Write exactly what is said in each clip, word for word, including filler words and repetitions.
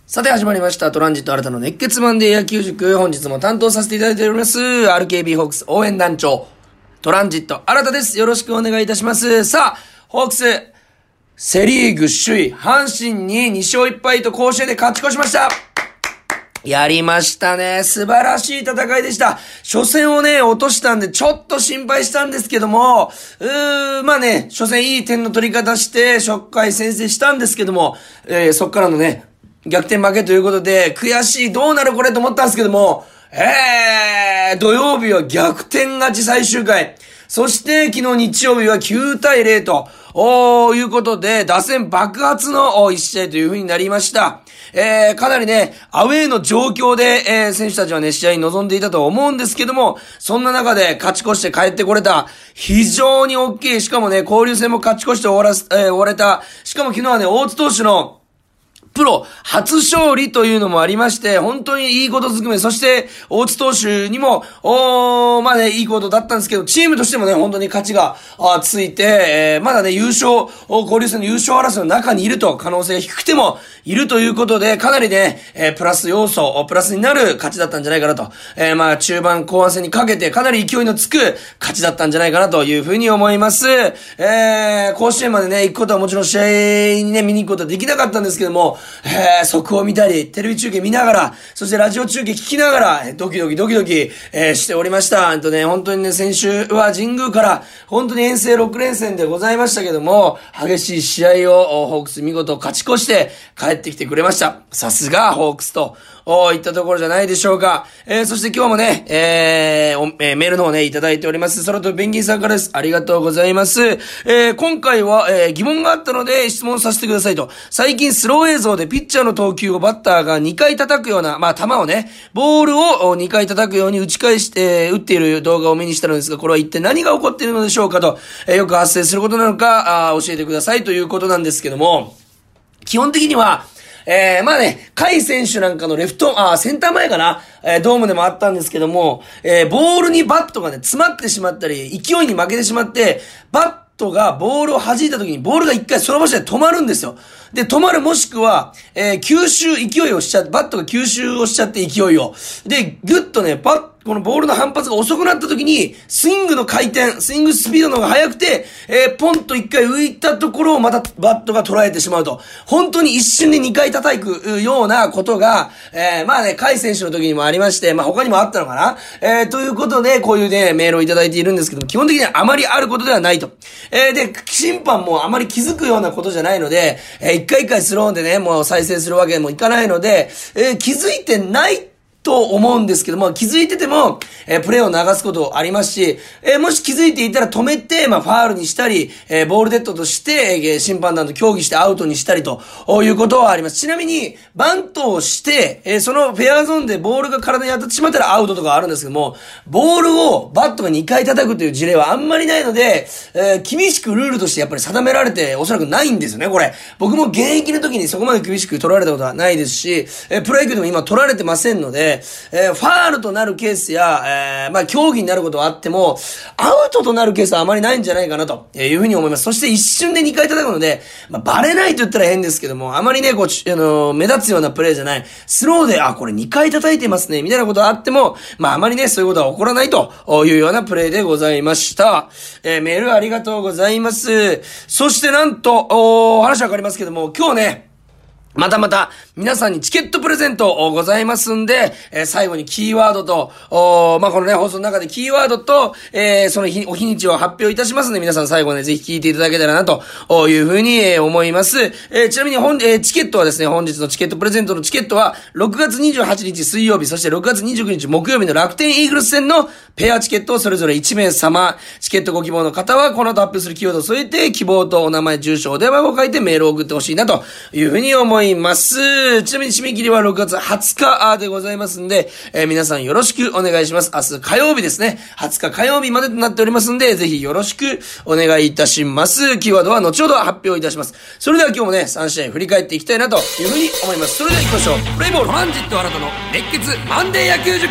さて始まりましたトランジット新たの熱血マンデー野球塾。本日も担当させていただいております アールケービー ホークス応援団長トランジット新たです。よろしくお願いいたします。さあホークスセリーグ首位阪神にに勝いっぱいと甲子園で勝ち越しました。やりましたね。素晴らしい戦いでした。初戦をね落としたんでちょっと心配したんですけども、うーまあね初戦いい点の取り方して初回先制したんですけども、えー、そっからのね逆転負けということで悔しい、どうなるこれと思ったんですけども、えー土曜日は逆転勝ち最終回、そして昨日日曜日はきゅうたいゼロとおーいうことで打線爆発のいち試合という風になりました。えー、かなりねアウェーの状況で、えー、選手たちはね試合に臨んでいたと思うんですけども、そんな中で勝ち越して帰ってこれた非常に大きい、しかもね交流戦も勝ち越して終わらす、えー、終われた、しかも昨日はね大津投手のプロ初勝利というのもありまして、本当にいいことずくめ、そして大津投手にもおーまあねいいことだったんですけど、チームとしてもね本当に勝ちがあついて、えー、まだね優勝交流戦の優勝争いの中にいると、可能性が低くてもいるということで、かなりね、えー、プラス要素プラスになる勝ちだったんじゃないかなと、えー、まあ中盤後半戦にかけてかなり勢いのつく勝ちだったんじゃないかなというふうに思います。えー、甲子園までね行くことはもちろん試合にね見に行くことはできなかったんですけども、えー、速報見たりテレビ中継見ながら、そしてラジオ中継聞きながら、えー、ドキドキドキドキ、えー、しておりました。えっとね本当にね先週は神宮から本当に遠征ろくれんせんでございましたけども、激しい試合をホークス見事勝ち越して帰ってきてくれました。さすがホークスとおいったところじゃないでしょうか。えー、そして今日もね、えーえー、メールの方ねいただいております。それとペンギンさんからです。ありがとうございます。えー、今回は、えー、疑問があったので質問させてくださいと。最近スロー映像でピッチャーの投球をバッターがにかい叩くような、まあ球をねボールをにかい叩くように打ち返して、えー、打っている動画を目にしたのですが、これは一体何が起こっているのでしょうかと、えー、よく発生することなのかあ教えてくださいということなんですけども、基本的にはえー、まあね、甲斐選手なんかのレフト、あ、センター前かな、えー、ドームでもあったんですけども、えー、ボールにバットがね、詰まってしまったり、勢いに負けてしまって、バットがボールを弾いた時に、ボールが一回その場所で止まるんですよ。で、止まるもしくは、えー、吸収、勢いをしちゃって、バットが吸収をしちゃって勢いを。で、ぐっとね、バット、このボールの反発が遅くなった時に、スイングの回転、スイングスピードの方が速くて、えー、ポンと一回浮いたところをまたバットが捉えてしまうと。本当に一瞬でにかい叩くようなことが、えー、まあね、甲斐選手の時にもありまして、まあ他にもあったのかな。えー、ということで、こういうね、メールをいただいているんですけども、基本的にはあまりあることではないと。えー、で、審判もあまり気づくようなことじゃないので、えー、一回一回スローでね、もう再生するわけにもいかないので、えー、気づいてないと思うんですけども、気づいてても、えー、プレーを流すことありますし、えー、もし気づいていたら止めて、まあ、ファールにしたり、えー、ボールデッドとして、えー、審判団と協議してアウトにしたりということはあります。ちなみに、バントをして、えー、そのフェアゾーンでボールが体に当たってしまったらアウトとかあるんですけども、ボールをバットがにかい叩くという事例はあんまりないので、えー、厳しくルールとしてやっぱり定められておそらくないんですよね、これ。僕も現役の時にそこまで厳しく取られたことはないですし、えー、プロ野球でも今取られてませんので、えー、ファールとなるケースや、えー、まあ、競技になることはあっても、アウトとなるケースはあまりないんじゃないかなというふうに思います。そして一瞬でにかい叩くので、まあ、バレないと言ったら変ですけども、あまりね、こう、あのー、目立つようなプレーじゃない。スローで、あ、これにかい叩いてますね、みたいなことはあっても、まあ、あまりね、そういうことは起こらないというようなプレーでございました。えー、メールありがとうございます。そしてなんと、お話わかりますけども、今日ね、またまた皆さんにチケットプレゼントございますんで、えー、最後にキーワードと、おまあ、このね、放送の中でキーワードと、えー、その日、お日にちを発表いたしますので、皆さん最後ね、ぜひ聞いていただけたらなというふうに、えー、思います。えー、ちなみに本、えー、チケットはですね、本日のチケットプレゼントのチケットは、ろくがつにじゅうはちにち水曜日、そしてろくがつにじゅうくにち木曜日の楽天イーグルス戦のペアチケットをそれぞれいちめい様、チケットご希望の方は、この後発表するキーワードを添えて、希望とお名前、住所、お電話を書いてメールを送ってほしいなというふうに思います。ちなみに締め切りはろくがつはつかでございますんで、えー、皆さんよろしくお願いします。明日火曜日ですね。はつか火曜日までとなっておりますんで、ぜひよろしくお願いいたします。キーワードは後ほど発表いたします。それでは今日もね、さんしあい振り返っていきたいなというふうに思います。それでは行きましょう。プレイボールトランジット新たの熱血マンデー野球塾。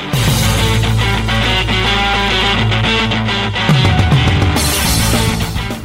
さあ、そ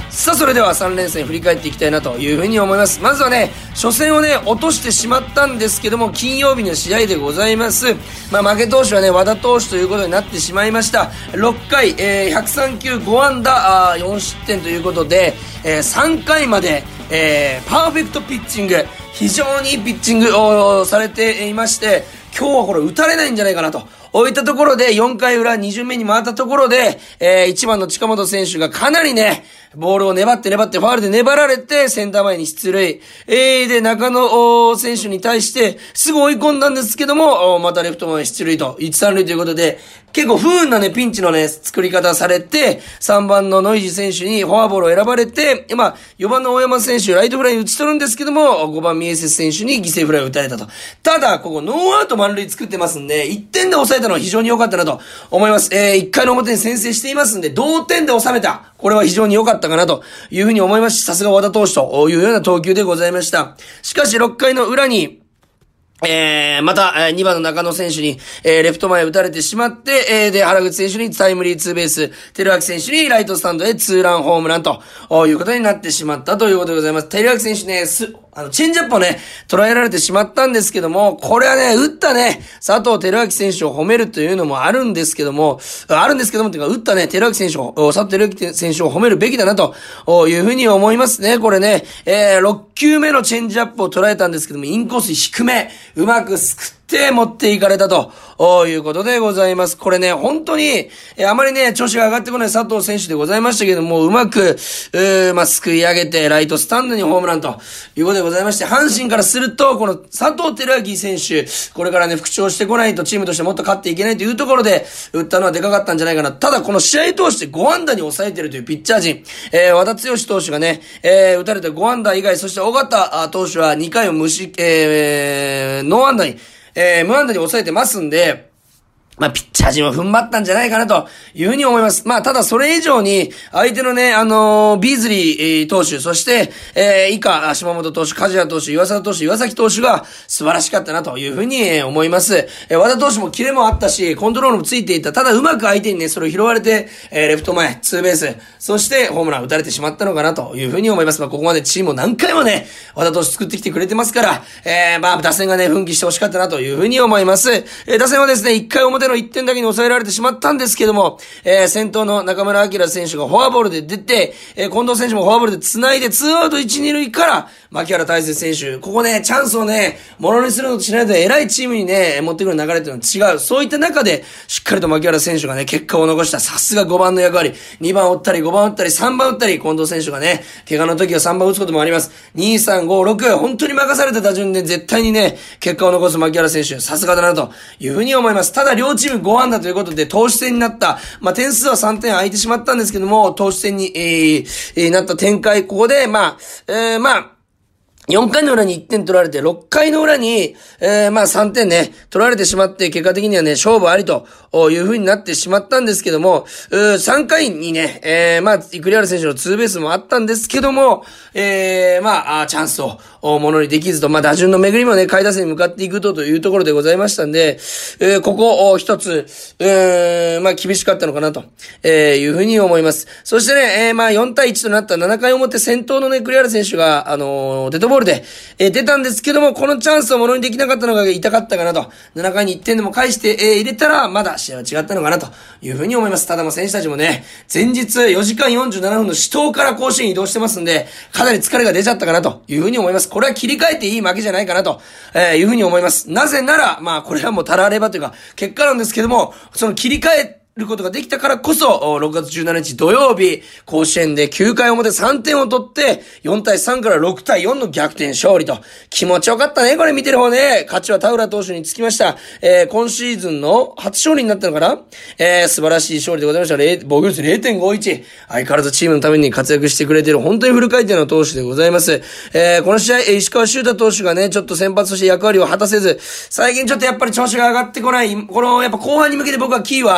それではさん連戦振り返っていきたいなというふうに思います。まずはね、初戦をね、落としてしまったんですけども、金曜日の試合でございます。まあ、負け投手はね、和田投手ということになってしまいました。ろっかい、えー、ひゃくさん球ご安打、あよん失点ということで、えー、さんかいまで、えー、パーフェクトピッチング、非常にいいピッチングをされていまして、今日はこれ打たれないんじゃないかなと。置いたところでよんかい裏に巡目に回ったところで、えー、いちばんの近本選手がかなりね、ボールを粘って粘ってファウルで粘られてセンター前に出塁。えー、で、中野選手に対してすぐ追い込んだんですけども、またレフト前出塁と、いち、さん塁ということで、結構不運なね、ピンチのね、作り方されて、さんばんのノイジー選手にフォアボールを選ばれて、まあ、よんばんの大山選手、ライトフライに打ち取るんですけども、ごばんミエセス選手に犠牲フライを打たれたと。ただ、ここノーアウト満塁作ってますんで、いってんで抑えたのは非常に良かったなと思います。えー、いっかいの表に先制していますんで、同点で収めた。これは非常に良かったかなというふうに思いますし、さすが和田投手というような投球でございました。しかし、ろっかいの裏に、えー、また、えー、にばんの中野選手に、えー、レフト前打たれてしまって、えー、で、原口選手にタイムリーツーベース、照明選手にライトスタンドへツーランホームランということになってしまったということでございます。照明選手ね、す、あの、チェンジアップをね、捉えられてしまったんですけども、これはね、打ったね、佐藤輝明選手を褒めるというのもあるんですけども、あるんですけども、てか、打ったね、輝明選手を、佐藤輝明選手を褒めるべきだなというふうに思いますね。これね、えー、ろっきゅうめのチェンジアップを捉えたんですけども、インコース低め、うまくすくって持っていかれたということでございます。これね、本当に、えー、あまりね、調子が上がってこない佐藤選手でございましたけども、うまく、うーまあ、すくい上げて、ライトスタンドにホームランということでございまして、阪神からすると、この佐藤輝明選手、これからね、復調してこないとチームとしてもっと勝っていけないというところで、打ったのはでかかったんじゃないかな。ただ、この試合通してご安打に抑えているというピッチャー陣、えー、和田剛投手がね、えー、打たれてご安打以外、そして尾形投手はにかいを無失、えー、ノー安打に、えー、無安打に抑えてますんで、まあ、ピッチャー陣は踏ん張ったんじゃないかなというふうに思います。まあ、ただそれ以上に、相手のね、あのー、ビーズリー投手、そして、えー、以下、島本投手、梶谷投手、岩佐投手、岩崎投手が素晴らしかったなというふうに思います。えー、和田投手もキレもあったし、コントロールもついていた。ただ、うまく相手にね、それを拾われて、えー、レフト前、ツーベース、そしてホームラン打たれてしまったのかなというふうに思います。まあ、ここまでチームを何回もね、和田投手作ってきてくれてますから、えー、まあ、打線がね、奮起してほしかったなというふうに思います。えー、打線はですね、いっかい表のいってんだけに抑えられてしまったんですけども、えー、先頭の中村晃選手がフォアボールで出て、えー、近藤選手もフォアボールで繋いで、ツーアウトいち、に塁から、牧原大成選手、ここね、チャンスをね、ものにするのとしないと偉いチームにね、持ってくる流れっていうのは違う。そういった中で、しっかりと牧原選手がね、結果を残した。さすがごばんの役割。にばん打ったり、ごばん打ったり、さんばん打ったり、近藤選手がね、怪我の時はさんばん打つこともあります。に、さん、ご、ろく、本当に任された打順で絶対にね、結果を残す牧原選手、さすがだなというふうに思います。ただ両チームご安打ということで、投手戦になった。まあ、点数はさんてん空いてしまったんですけども、投手戦に、えーえー、なった展開。ここで、まあ、えー、まあ、よんかいの裏にいってん取られて、ろっかいの裏に、えー、まあさんてんね、取られてしまって、結果的にはね、勝負ありという風になってしまったんですけども、さんかいにね、えー、まあ、栗原選手のツーベースもあったんですけども、えー、まあ、チャンスを、ものにできずと、まあ、打順の巡りもね、下位打線に向かっていくとというところでございましたんで、えー、ここ、一つ、えー、まあ、厳しかったのかなと、えー、いう風に思います。そしてね、えー、まあ、よんたいいちとなったななかい表先頭のね、栗原選手が、あのー、デッドボールで、えー、出たんですけども、このチャンスをものにできなかったのが痛かったかなと。ななかいにいってんでも返して、えー、入れたら、まだ試合は違ったのかなというふうに思います。ただも選手たちもね、前日よじかんよんじゅうななふんの死闘から甲子園移動してますんで、かなり疲れが出ちゃったかなというふうに思います。これは切り替えていい負けじゃないかなと、えー、いうふうに思います。なぜなら、まあこれはもうたらればというか、結果なんですけども、その切り替え、ることができたからこそ、ろくがつじゅうしちにち土曜日、甲子園できゅうかい表さんてんを取って、よんたいさんからろくたいよんの逆転勝利と。気持ちよかったね、これ見てる方ね。勝ちは田浦投手につきました。えー、今シーズンの初勝利になったのかな。えー、素晴らしい勝利でございました。防御率 れいてんごいち。相変わらずチームのために活躍してくれている、本当にフル回転の投手でございます。えー、この試合、石川修太投手がね、ちょっと先発として役割を果たせず、最近ちょっとやっぱり調子が上がってこない。この、やっぱ後半に向けて僕はキーは、石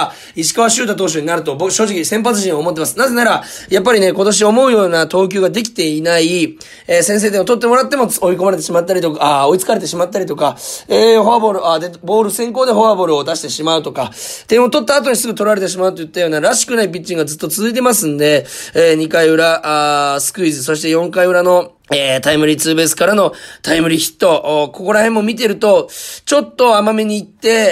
石川修太投手になると僕正直先発陣を思ってます。なぜなら、やっぱりね、今年思うような投球ができていない、えー、先制点を取ってもらっても追い込まれてしまったりとか、あ追いつかれてしまったりとか、えー、フォアボール、あで、ボール先行でフォアボールを出してしまうとか、点を取った後にすぐ取られてしまうといったようならしくないピッチングがずっと続いてますんで、えー、にかい裏、あスクイズ、そしてよんかい裏のえー、タイムリーツーベースからのタイムリーヒット、ここら辺も見てると、ちょっと甘めにいって、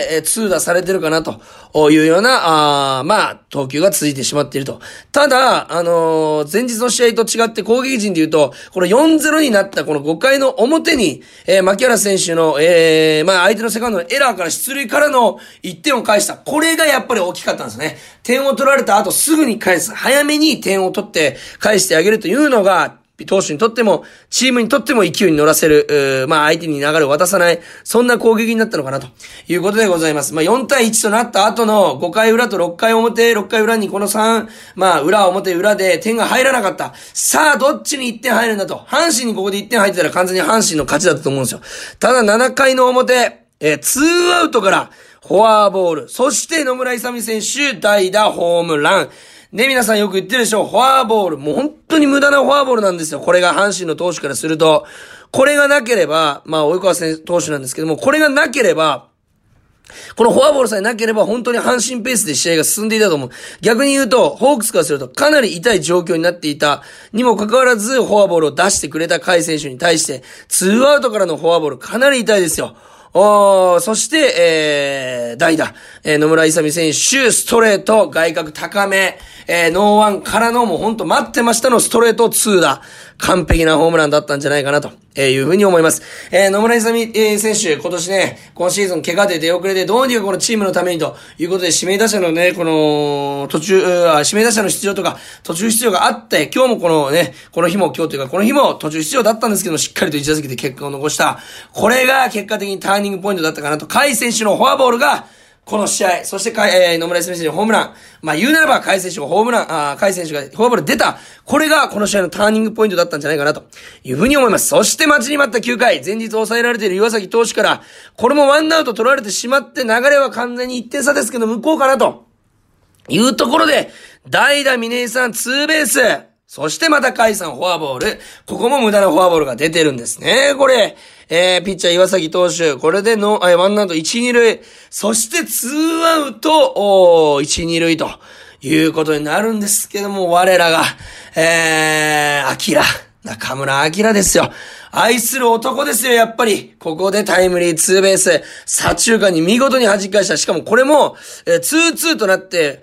えー、ツー打されてるかなというような、あまあ、投球が続いてしまっていると。ただ、あのー、前日の試合と違って攻撃陣で言うと、この よんたいゼロ になったこのごかいの表に、えー、牧原選手の、えー、まあ、相手のセカンドのエラーから出塁からのいってんを返した。これがやっぱり大きかったんですね。点を取られた後すぐに返す。早めに点を取って返してあげるというのが、投手にとっても、チームにとっても勢いに乗らせる、まあ相手に流れを渡さない、そんな攻撃になったのかなということでございます。まあよんたいいちとなった後のごかい裏とろっかい表、ろっかい裏にこのさん、まあ裏表裏で点が入らなかった。さあどっちにいってん入るんだと。阪神にここでいってん入ってたら完全に阪神の勝ちだったと思うんですよ。ただななかいの表、えー、ツーアウトからフォアボール、そして野村勇選手代打ホームラン。ね、皆さんよく言ってるでしょう。フォアボール。もう本当に無駄なフォアボールなんですよ。これが阪神の投手からすると。これがなければ、まあ、及川投手なんですけども、これがなければ、このフォアボールさえなければ本当に阪神ペースで試合が進んでいたと思う。逆に言うと、ホークスからするとかなり痛い状況になっていたにもかかわらず、フォアボールを出してくれた甲斐選手に対して、ツーアウトからのフォアボールかなり痛いですよ。おー、そして、えー、代打、えー、野村勇選手、ストレート、外角高め、えー、ノーワンからのもうほんと待ってましたのストレートツー打。完璧なホームランだったんじゃないかなというふうに思います。えー、野村勇選手、今年ね、今シーズン怪我で出遅れで、どうにかこのチームのためにということで、指名打者のね、この、途中、指名打者の出場とか、途中出場があって、今日もこのね、この日も今日というか、この日も途中出場だったんですけども、しっかりといち打席で結果を残した。これが結果的にターニングポイントだったかなと。甲斐選手のフォアボールが、この試合、そしてか、えー、野村勇選手のホームラン。まあ言うならば、甲斐選手がホームラン、あ甲斐選手がフォアボール出た。これがこの試合のターニングポイントだったんじゃないかなというふうに思います。そして待ちに待ったきゅうかい、前日抑えられている岩崎投手から、これもワンアウト取られてしまって流れは完全にいってん差ですけど、向こうかなというところで、代打峰井さんツーベース。そしてまた甲斐さんフォアボール。ここも無駄なフォアボールが出てるんですね。これ、えー、ピッチャー岩崎投手。これでの、えー、ワンアウトいち、に塁。そしてツーアウト、おー、いち、に塁ということになるんですけども、我らが、えー、アキラ。中村明ですよ。愛する男ですよ、やっぱり。ここでタイムリーツーベース、左中間に見事に弾き返した。しかもこれも、えー、ツーツーとなって、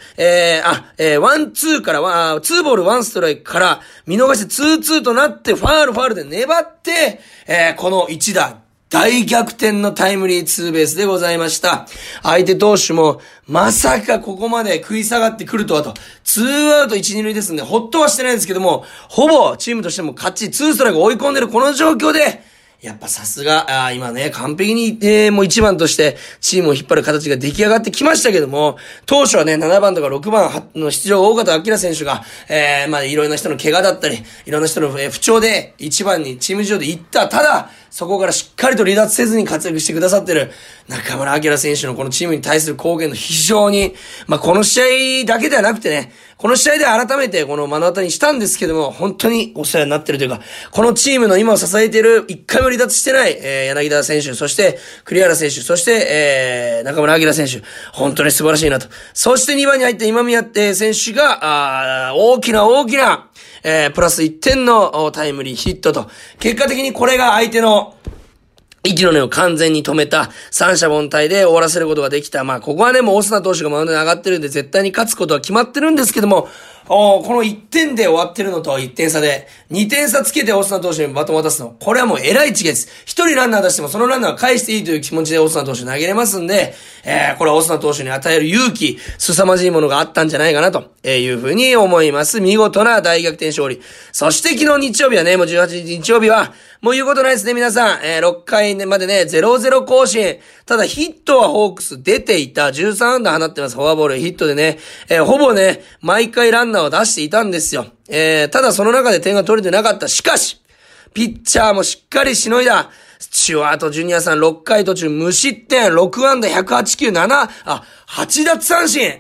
えー、あ、えー、ワンツーから、ワツーボールワンストライクから、見逃してツーツーとなって、ファールファールで粘って、えー、この一打。大逆転のタイムリーツーベースでございました。相手投手も、まさかここまで食い下がってくるとはと。ツーアウトいち、に塁ですんで、ほっとはしてないですけども、ほぼチームとしても勝ち、ツーストライク追い込んでるこの状況で、やっぱさすが、あ今ね、完璧に、えー、もういちばんとしてチームを引っ張る形が出来上がってきましたけども、当初はね、ななばんとかろくばんの出場、大方明選手が、えー、まあいろんな人の怪我だったり、いろんな人の不調でいちばんにチーム上で行った。ただ、そこからしっかりと離脱せずに活躍してくださってる中村明選手のこのチームに対する貢献の非常に、まあこの試合だけではなくてね、この試合で改めてこの目の当たりにしたんですけども、本当にお世話になってるというか、このチームの今を支えている一回も離脱してない、えー、柳田選手、そして栗原選手、そして、えー、中村明選手、本当に素晴らしいなと。そしてにばんに入った今宮選手が、あ大きな大きな、えー、プラスいってんのタイムリーヒットと、結果的にこれが相手の息の根を完全に止めた三者凡退で終わらせることができた。まあ、ここはね、もうオスナ投手がマウンドに上がってるんで絶対に勝つことは決まってるんですけども、おこのいってんで終わってるのといってん差で、にてん差つけてオスナ投手にバトンを渡すの。これはもう偉い違いです。一人ランナー出してもそのランナーは返していいという気持ちでオスナ投手投げれますんで、えー、これはオスナ投手に与える勇気、凄まじいものがあったんじゃないかなというふうに思います。見事な大逆転勝利。そして昨日日曜日はね、もうじゅうはちにち日曜日は、もう言うことないですね、皆さん。えー、ろっかいまでね、ゼロゼロ更新。ただヒットはホークス出ていた。じゅうさんあんだ放ってます。フォアボール、ヒットでね。えー、ほぼね、毎回ランナーを出していたんですよ。えー、ただその中で点が取れてなかった。しかし、ピッチャーもしっかりしのいだ。スチュワートジュニアさんろっかい途中無失点、ろくあんだひゃくはちきゅう、なな、あ、はち奪三振。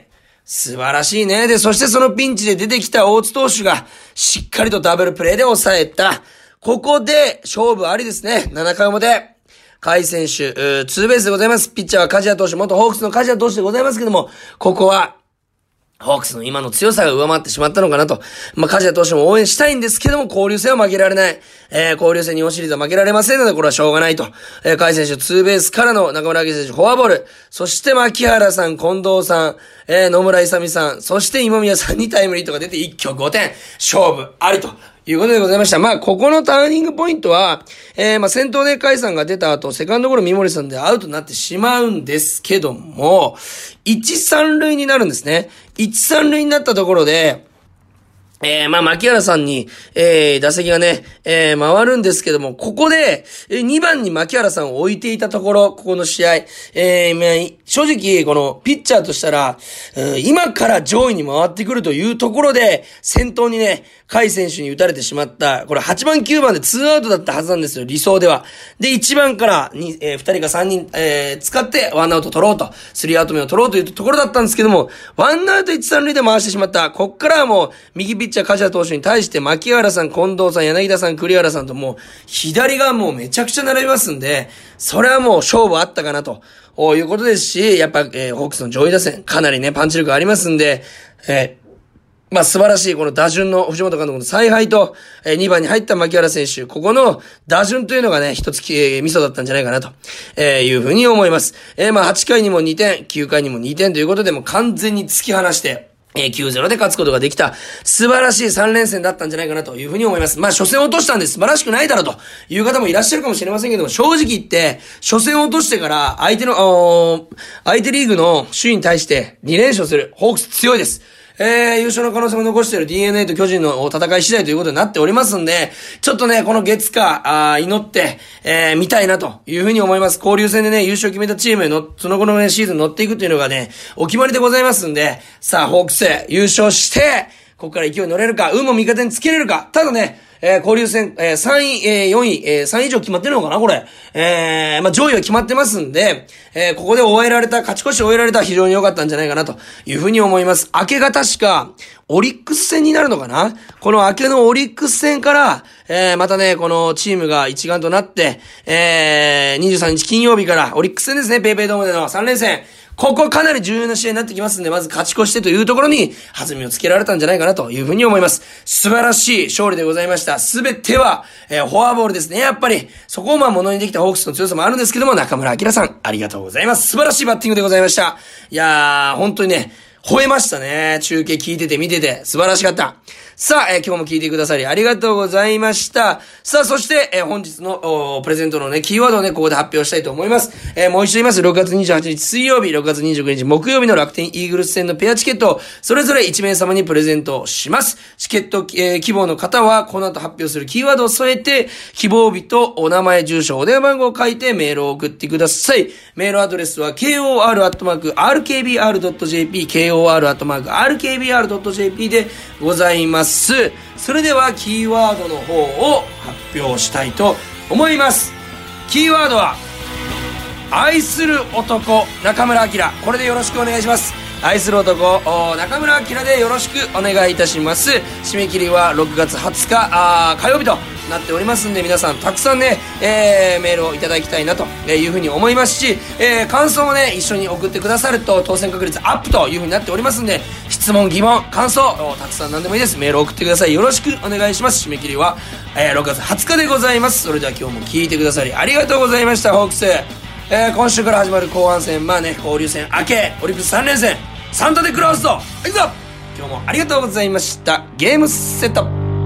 素晴らしいね。で、そしてそのピンチで出てきた大津投手が、しっかりとダブルプレーで抑えた。ここで、勝負ありですね。ななかい表。甲斐選手、ツーベースでございます。ピッチャーは梶谷投手、元ホークスの梶谷投手でございますけども、ここは、ホークスの今の強さが上回ってしまったのかなと。まあ、梶谷投手も応援したいんですけども、交流戦は負けられない。えー、交流戦日本シリーズは負けられませんので、これはしょうがないと。えー、甲斐選手、ツーベースからの中村晃選手、フォアボール。そして牧原さん、近藤さん、えー、野村勇さん、そして今宮さんにタイムリーとか出て一挙ごてん。勝負ありと。いうことでございました。まあ、ここのターニングポイントは、えー、まあ、先頭で甲斐さんが出た後、セカンドゴロ三森さんでアウトになってしまうんですけども、一、三塁になるんですね。一、三塁になったところで、えー、まあ、牧原さんに、えー、打席がね、えー、回るんですけども、ここで、にばんに牧原さんを置いていたところ、ここの試合、えー、まあ、正直、この、ピッチャーとしたら、今から上位に回ってくるというところで、先頭にね、甲斐選手に打たれてしまった、これはちばんきゅうばんでツーアウトだったはずなんですよ、理想では。で、いちばんからに、えー、ふたりかさんにん、えー、使って、ワンアウト取ろうと、スリーアウト目を取ろうというところだったんですけども、ワンアウトいち、さん塁で回してしまった。こっからはもう、右ピッチャー梶谷投手に対して、牧原さん、近藤さん、柳田さん、栗原さんともう、左がもうめちゃくちゃ並びますんで、それはもう勝負あったかなと、いうことですし、やっぱ、えー、ホークスの上位打線、かなりね、パンチ力ありますんで、えー、まあ、素晴らしいこの打順の藤本監督の采配と、えー、にばんに入った牧原選手、ここの打順というのがね、一つ、えー、ミソだったんじゃないかなと、えー、いうふうに思います。えー、まあ、はちかいにもにてん、きゅうかいにもにてんということで、もう完全に突き放して、えー、きゅうたいゼロ で勝つことができた素晴らしいさん連戦だったんじゃないかなというふうに思います。まあ、初戦を落としたんで素晴らしくないだろうという方もいらっしゃるかもしれませんけども、正直言って、初戦を落としてから相手の、相手リーグの首位に対してに連勝するホークス強いです。えー、優勝の可能性も残している ディーエヌエー と巨人の戦い次第ということになっておりますんで、ちょっとね、この月か、あ祈って、えー、見たいなというふうに思います。交流戦でね、優勝決めたチームへの、その後のね、シーズン乗っていくっていうのがね、お決まりでございますんで、さあ、ホークス優勝して、ここから勢いに乗れるか、運も味方につけれるか、ただね、えー、交流戦、えー、さんい、えー、よんい、えー、さんい以上決まってるのかなこれ。えー、まあ、上位は決まってますんで、えー、ここで終えられた、勝ち越し終えられたら非常に良かったんじゃないかなというふうに思います。明けが確か、オリックス戦になるのかなこの明けのオリックス戦から、えー、またね、このチームが一丸となって、えー、にじゅうさんにち金曜日から、オリックス戦ですね、ペイペイドームでのさん連戦。ここかなり重要な試合になってきますんで、まず勝ち越してというところに弾みをつけられたんじゃないかなというふうに思います。素晴らしい勝利でございました。すべては、えー、フォアボールですね。やっぱり、そこをまあ物にできたホークスの強さもあるんですけども、中村晃さん、ありがとうございます。素晴らしいバッティングでございました。いやー、本当にね、吠えましたね。中継聞いてて見てて素晴らしかった。さあ、えー、今日も聞いてくださりありがとうございました。さあ、そして、えー、本日のプレゼントのね、キーワードをね、ここで発表したいと思います。えー、もう一度言います。ろくがつにじゅうはちにち水曜日、ろくがつにじゅうくにち木曜日の楽天イーグルス戦のペアチケットを、それぞれいちめいさまにプレゼントします。チケット、えー、希望の方は、この後発表するキーワードを添えて、希望日とお名前、住所、お電話番号を書いてメールを送ってください。メールアドレスは ケーオーアールアットマークアールケービーアールドットジェーピー、ケーオーアールアットマークアールケービーアールドットジェーピー でございます。それではキーワードの方を発表したいと思います。キーワードは愛する男中村晃。これでよろしくお願いします。愛する男中村晃でよろしくお願いいたします。締め切りはろくがつはつかあ火曜日となっておりますんで、皆さんたくさんね、えー、メールをいただきたいなというふうに思いますし、えー、感想もね一緒に送ってくださると当選確率アップというふうになっておりますんで、質問疑問感想たくさん何でもいいです。メールを送ってください。よろしくお願いします。締め切りは、えー、ろくがつはつかでございます。それでは今日も聞いてくださりありがとうございました。ホークス、えー、今週から始まる後半戦、まあね、交流戦明けオリックスさん連戦サンタでクローズといくぞ。今日もありがとうございました。ゲームセット。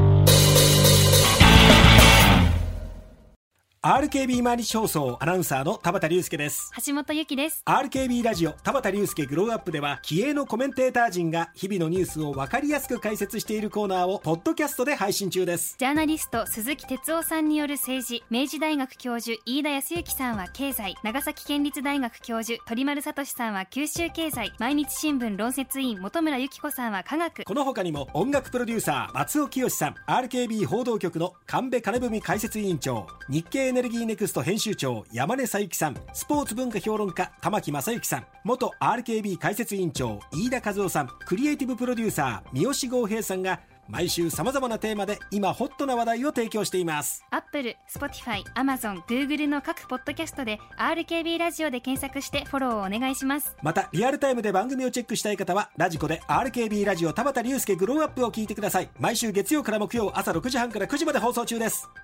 アールケービー 毎日放送アナウンサーの田畑隆介です。 橋本由紀です。 アールケービー ラジオ田畑隆介グローアップでは気鋭のコメンテーター陣が日々のニュースを分かりやすく解説しているコーナーをポッドキャストで配信中です。 ジャーナリスト鈴木哲夫さんによる政治、明治大学教授飯田康之さんは経済、長崎県立大学教授鳥丸聡さんは九州経済、毎日新聞論説委員本村由紀子さんは科学。 この他にも音楽プロデューサー松尾清さん、 アールケービー 報道局の神戸金文解説委員長、日経エネルギーネクスト編集長山根佐幸さん、スポーツ文化評論家玉木正之さん、元 アールケービー 解説委員長飯田和夫さん、クリエイティブプロデューサー三好剛平さんが毎週様々なテーマで今ホットな話題を提供しています。 アップル、Spotify、Amazon、Google の各ポッドキャストで アールケービー ラジオで検索してフォローをお願いします。 またリアルタイムで番組をチェックしたい方はラジコで アールケービー ラジオ田畑隆介グローアップを聞いてください。毎週月曜から木曜朝ろくじはんからくじまで放送中です。